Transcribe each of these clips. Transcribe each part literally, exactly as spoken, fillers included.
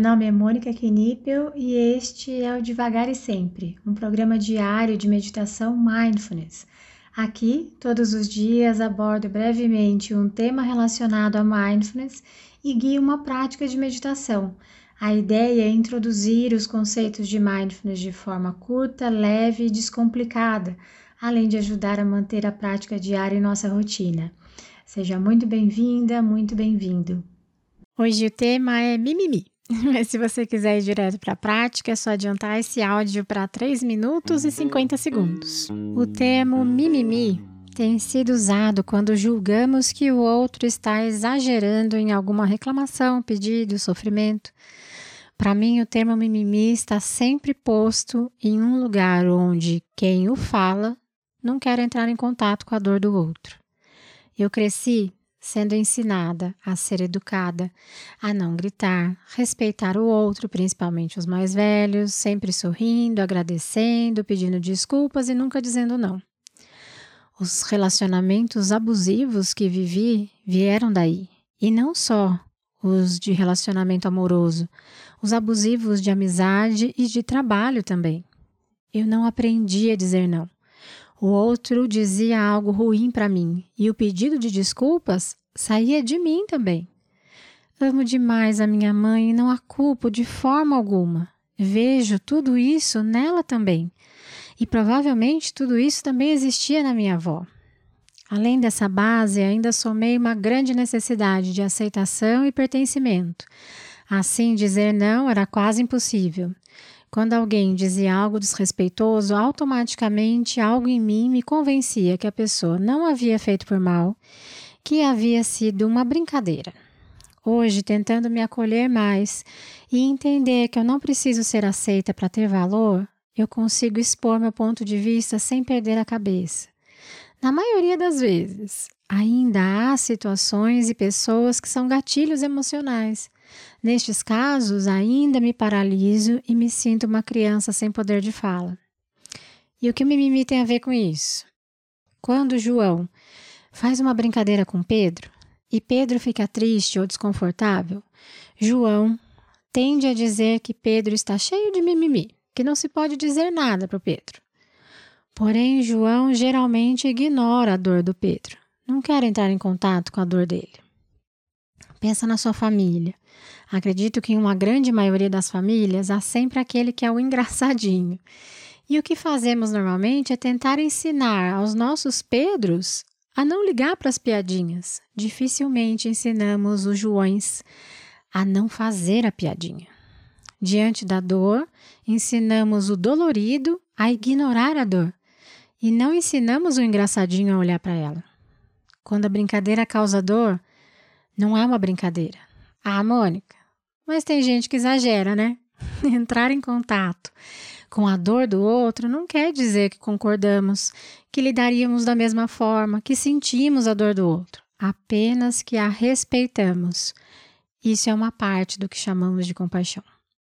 nome é Mônica Knippel e este é o Devagar e Sempre, um programa diário de meditação mindfulness. Aqui, todos os dias, abordo brevemente um tema relacionado a mindfulness e guio uma prática de meditação. A ideia é introduzir os conceitos de mindfulness de forma curta, leve e descomplicada, além de ajudar a manter a prática diária em nossa rotina. Seja muito bem-vinda, muito bem-vindo. Hoje o tema é mimimi, mas se você quiser ir direto para a prática, é só adiantar esse áudio para três minutos e cinquenta segundos. O termo mimimi tem sido usado quando julgamos que o outro está exagerando em alguma reclamação, pedido, sofrimento. Para mim, o termo mimimi está sempre posto em um lugar onde quem o fala não quer entrar em contato com a dor do outro. Eu cresci sendo ensinada a ser educada, a não gritar, respeitar o outro, principalmente os mais velhos, sempre sorrindo, agradecendo, pedindo desculpas e nunca dizendo não. Os relacionamentos abusivos que vivi vieram daí, e não só os de relacionamento amoroso, os abusivos de amizade e de trabalho também. Eu não aprendi a dizer não. O outro dizia algo ruim para mim e o pedido de desculpas saía de mim também. Amo demais a minha mãe e não a culpo de forma alguma. Vejo tudo isso nela também. E provavelmente tudo isso também existia na minha avó. Além dessa base, ainda somei uma grande necessidade de aceitação e pertencimento. Assim, dizer não era quase impossível. Quando alguém dizia algo desrespeitoso, automaticamente algo em mim me convencia que a pessoa não havia feito por mal, que havia sido uma brincadeira. Hoje, tentando me acolher mais e entender que eu não preciso ser aceita para ter valor, eu consigo expor meu ponto de vista sem perder a cabeça. Na maioria das vezes, ainda há situações e pessoas que são gatilhos emocionais. Nestes casos, ainda me paraliso e me sinto uma criança sem poder de fala. E o que o mimimi tem a ver com isso? Quando João faz uma brincadeira com Pedro e Pedro fica triste ou desconfortável, João tende a dizer que Pedro está cheio de mimimi, que não se pode dizer nada para o Pedro. Porém, João geralmente ignora a dor do Pedro, não quer entrar em contato com a dor dele. Pensa na sua família. Acredito que em uma grande maioria das famílias há sempre aquele que é o engraçadinho. E o que fazemos normalmente é tentar ensinar aos nossos Pedros a não ligar para as piadinhas. Dificilmente ensinamos os Joões a não fazer a piadinha. Diante da dor, ensinamos o dolorido a ignorar a dor. E não ensinamos o engraçadinho a olhar para ela. Quando a brincadeira causa dor, não é uma brincadeira. Ah, Mônica, mas tem gente que exagera, né? Entrar em contato com a dor do outro não quer dizer que concordamos, que lidaríamos da mesma forma, que sentimos a dor do outro. Apenas que a respeitamos. Isso é uma parte do que chamamos de compaixão.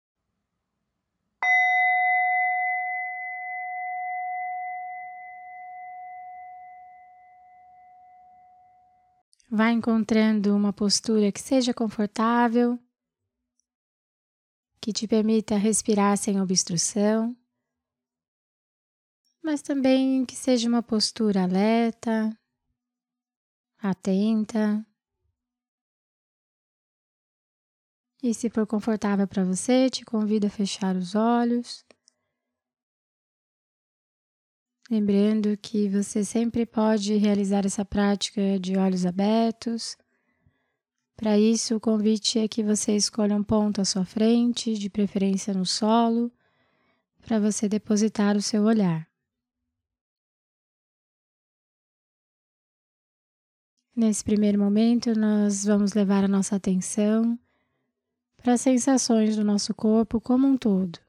Vai encontrando uma postura que seja confortável, que te permita respirar sem obstrução, mas também que seja uma postura alerta, atenta. E se for confortável para você, te convido a fechar os olhos. Lembrando que você sempre pode realizar essa prática de olhos abertos. Para isso, o convite é que você escolha um ponto à sua frente, de preferência no solo, para você depositar o seu olhar. Nesse primeiro momento, nós vamos levar a nossa atenção para as sensações do nosso corpo como um todo.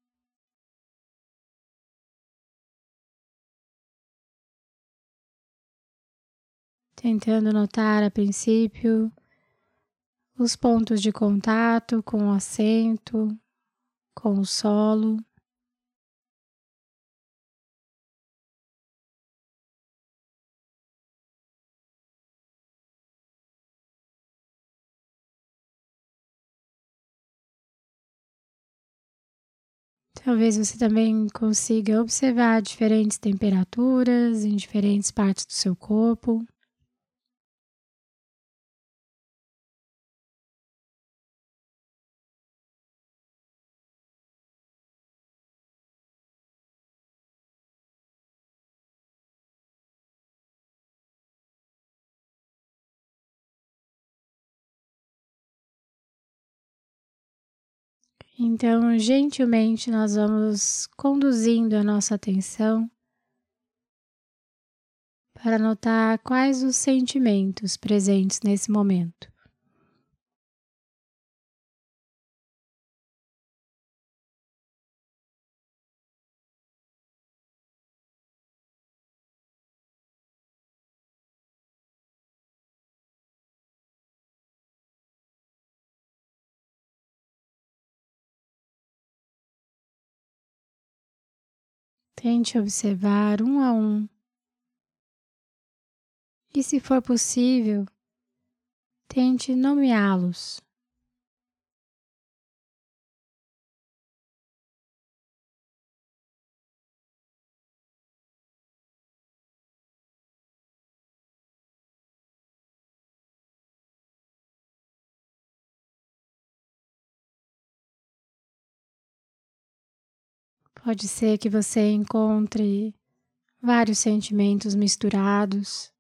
Tentando notar a princípio os pontos de contato com o assento, com o solo. Talvez você também consiga observar diferentes temperaturas em diferentes partes do seu corpo. Então, gentilmente, nós vamos conduzindo a nossa atenção para notar quais os sentimentos presentes nesse momento. Tente observar um a um e, se for possível, tente nomeá-los. Pode ser que você encontre vários sentimentos misturados,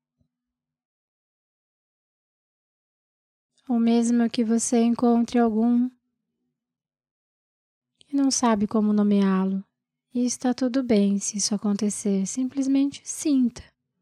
ou mesmo que você encontre algum e não sabe como nomeá-lo. E está tudo bem se isso acontecer, simplesmente sinta.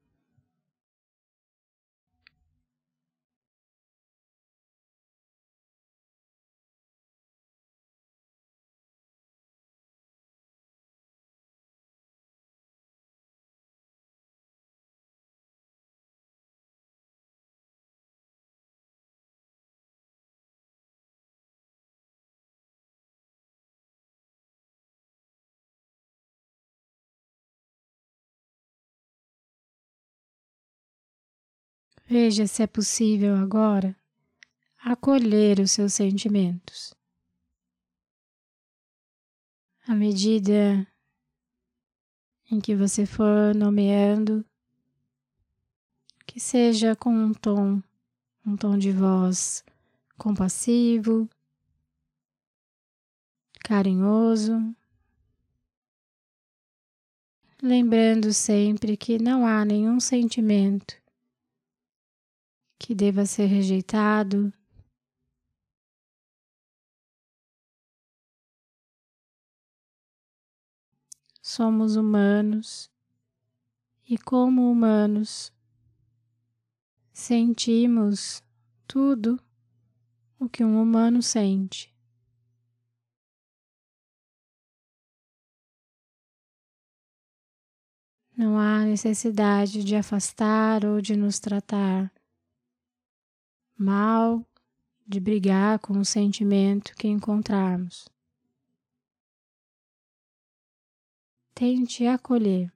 Veja se é possível agora acolher os seus sentimentos. À medida em que você for nomeando, que seja com um tom, um tom de voz compassivo, carinhoso, lembrando sempre que não há nenhum sentimento que deva ser rejeitado. Somos humanos e, como humanos, sentimos tudo o que um humano sente. Não há necessidade de afastar ou de nos tratar mal, de brigar com o sentimento que encontrarmos. Tente acolher.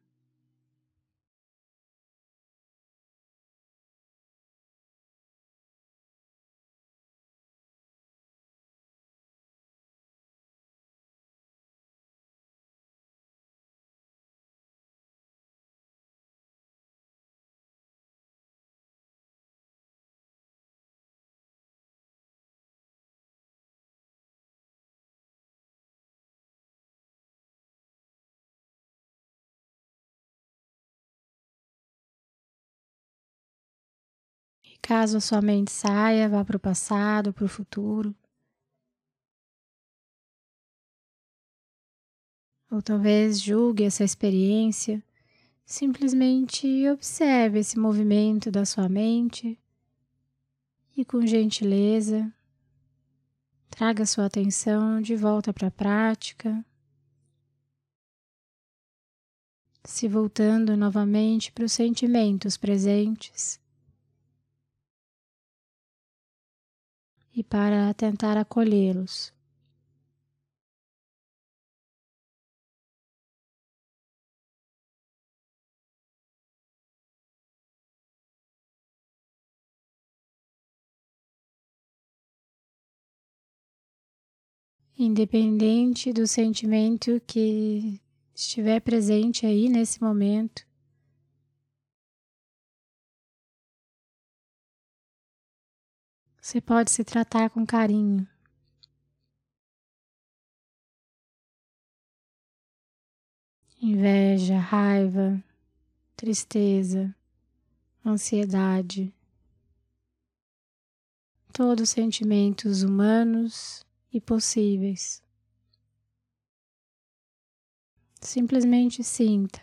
E caso a sua mente saia, vá para o passado, para o futuro. Ou talvez julgue essa experiência, simplesmente observe esse movimento da sua mente e, com gentileza, traga sua atenção de volta para a prática, se voltando novamente para os sentimentos presentes e para tentar acolhê-los. independente do sentimento que estiver presente aí nesse momento. Você pode se tratar com carinho. Inveja, raiva, tristeza, ansiedade. Todos sentimentos humanos e possíveis. Simplesmente sinta.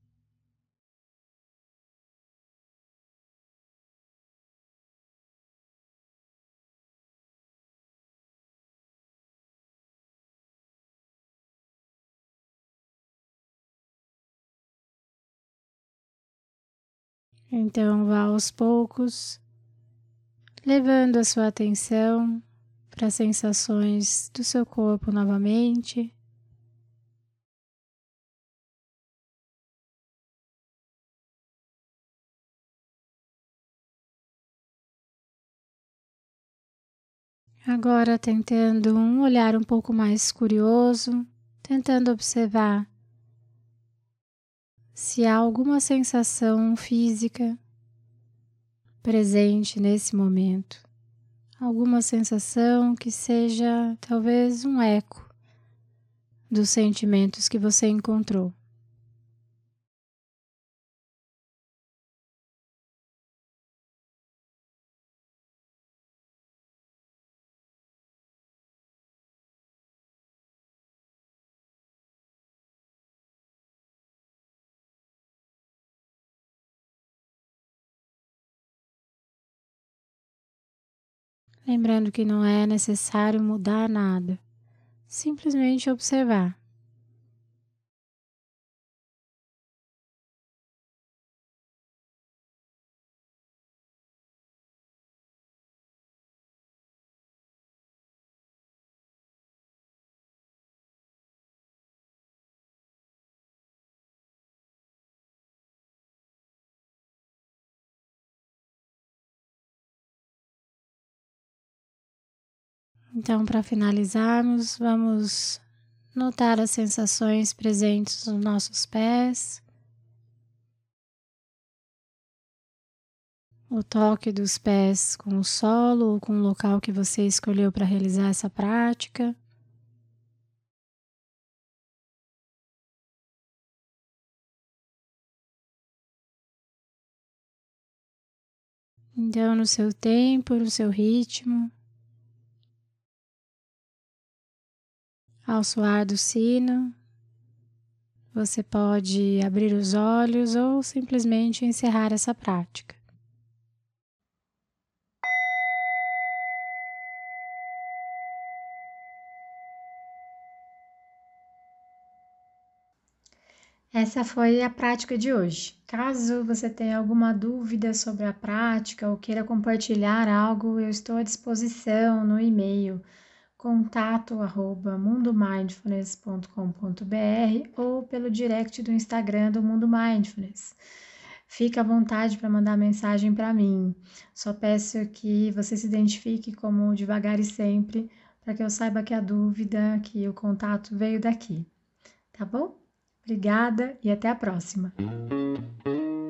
Então vá aos poucos, levando a sua atenção para as sensações do seu corpo novamente. Agora tentando um olhar um pouco mais curioso, tentando observar se há alguma sensação física presente nesse momento. Alguma sensação que seja talvez um eco dos sentimentos que você encontrou. Lembrando que não é necessário mudar nada, simplesmente observar. Então, para finalizarmos, vamos notar as sensações presentes nos nossos pés, o toque dos pés com o solo ou com o local que você escolheu para realizar essa prática. Então, no seu tempo, no seu ritmo, ao soar do sino, você pode abrir os olhos ou simplesmente encerrar essa prática. Essa foi a prática de hoje. Caso você tenha alguma dúvida sobre a prática ou queira compartilhar algo, eu estou à disposição no e-mail contato arroba mundomindfulness ponto com ponto br ou pelo direct do Instagram do Mundo Mindfulness. Fique à vontade para mandar mensagem para mim. Só peço que você se identifique como Devagar e Sempre, para que eu saiba que a dúvida, que o contato veio daqui. Tá bom? Obrigada e até a próxima!